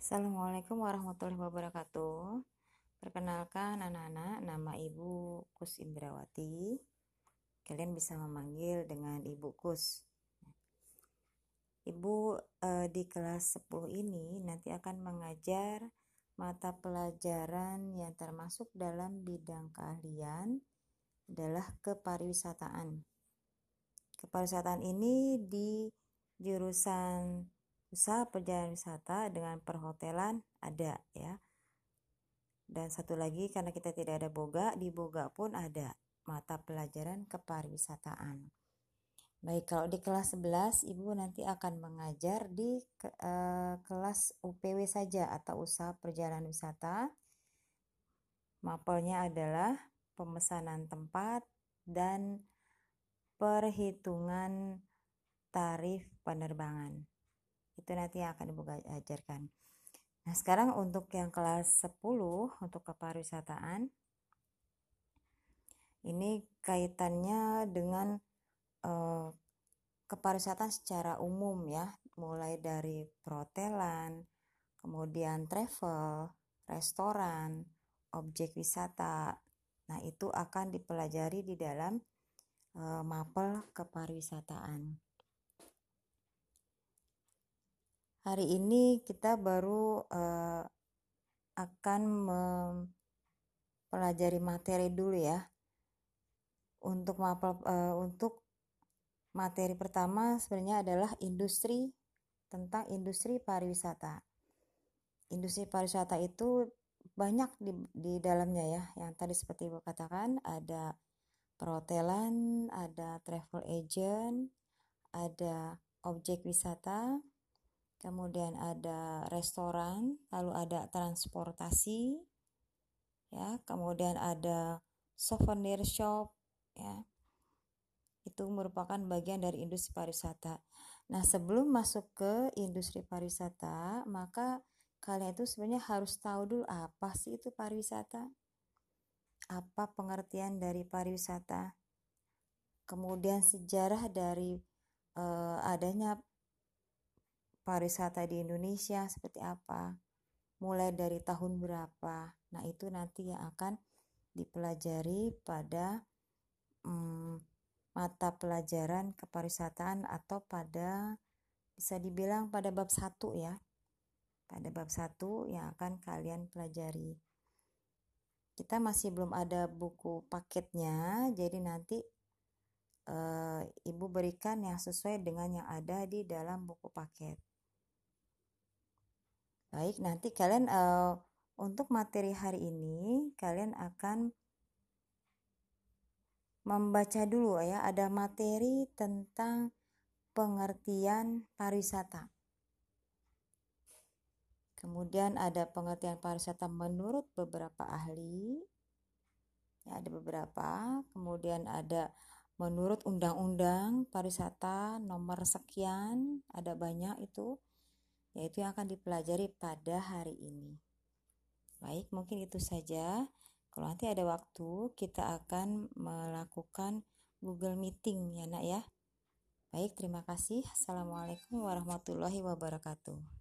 Assalamualaikum warahmatullahi wabarakatuh. Perkenalkan anak-anak, nama Ibu Kus Indrawati. Kalian bisa memanggil dengan Ibu Kus. Ibu di kelas 10 ini nanti akan mengajar mata pelajaran yang termasuk dalam bidang keahlian adalah kepariwisataan. Kepariwisataan ini di jurusan usaha perjalanan wisata dengan perhotelan ada ya. Dan satu lagi karena kita tidak ada boga, di boga pun ada mata pelajaran kepariwisataan. Baik, kalau di kelas 11 Ibu nanti akan mengajar di kelas UPW saja atau usaha perjalanan wisata. Mapelnya adalah pemesanan tempat dan perhitungan tarif penerbangan. Itu nanti yang akan Ibu ajarkan. Nah, sekarang untuk yang kelas 10 untuk kepariwisataan. Ini kaitannya dengan kepariwisataan secara umum ya, mulai dari perhotelan, kemudian travel, restoran, objek wisata. Nah, itu akan dipelajari di dalam mapel kepariwisataan. Hari ini kita baru akan mempelajari materi dulu ya. Untuk materi pertama sebenarnya adalah tentang industri pariwisata. Industri pariwisata itu banyak di dalamnya ya. Yang tadi seperti Ibu katakan, ada perhotelan, ada travel agent, ada objek wisata, kemudian ada restoran, lalu ada transportasi, ya, kemudian ada souvenir shop, ya. Itu merupakan bagian dari industri pariwisata. Nah, sebelum masuk ke industri pariwisata, maka kalian itu sebenarnya harus tahu dulu apa sih itu pariwisata, apa pengertian dari pariwisata, kemudian sejarah dari adanya pariwisata di Indonesia seperti apa, mulai dari tahun berapa. Nah, itu nanti yang akan dipelajari pada mata pelajaran kepariwisataan atau bisa dibilang pada bab 1 ya. Pada bab 1 yang akan kalian pelajari. Kita masih belum ada buku paketnya, jadi nanti Ibu berikan yang sesuai dengan yang ada di dalam buku paket. Baik, nanti kalian untuk materi hari ini kalian akan membaca dulu ya, ada materi tentang pengertian pariwisata. Kemudian ada pengertian pariwisata menurut beberapa ahli. Ya, ada beberapa. Kemudian ada menurut undang-undang pariwisata nomor sekian, ada banyak itu. Yaitu yang akan dipelajari pada hari ini. Baik, mungkin itu saja. Kalau nanti ada waktu, kita akan melakukan Google Meeting ya nak ya. Baik, terima kasih. Assalamualaikum warahmatullahi wabarakatuh.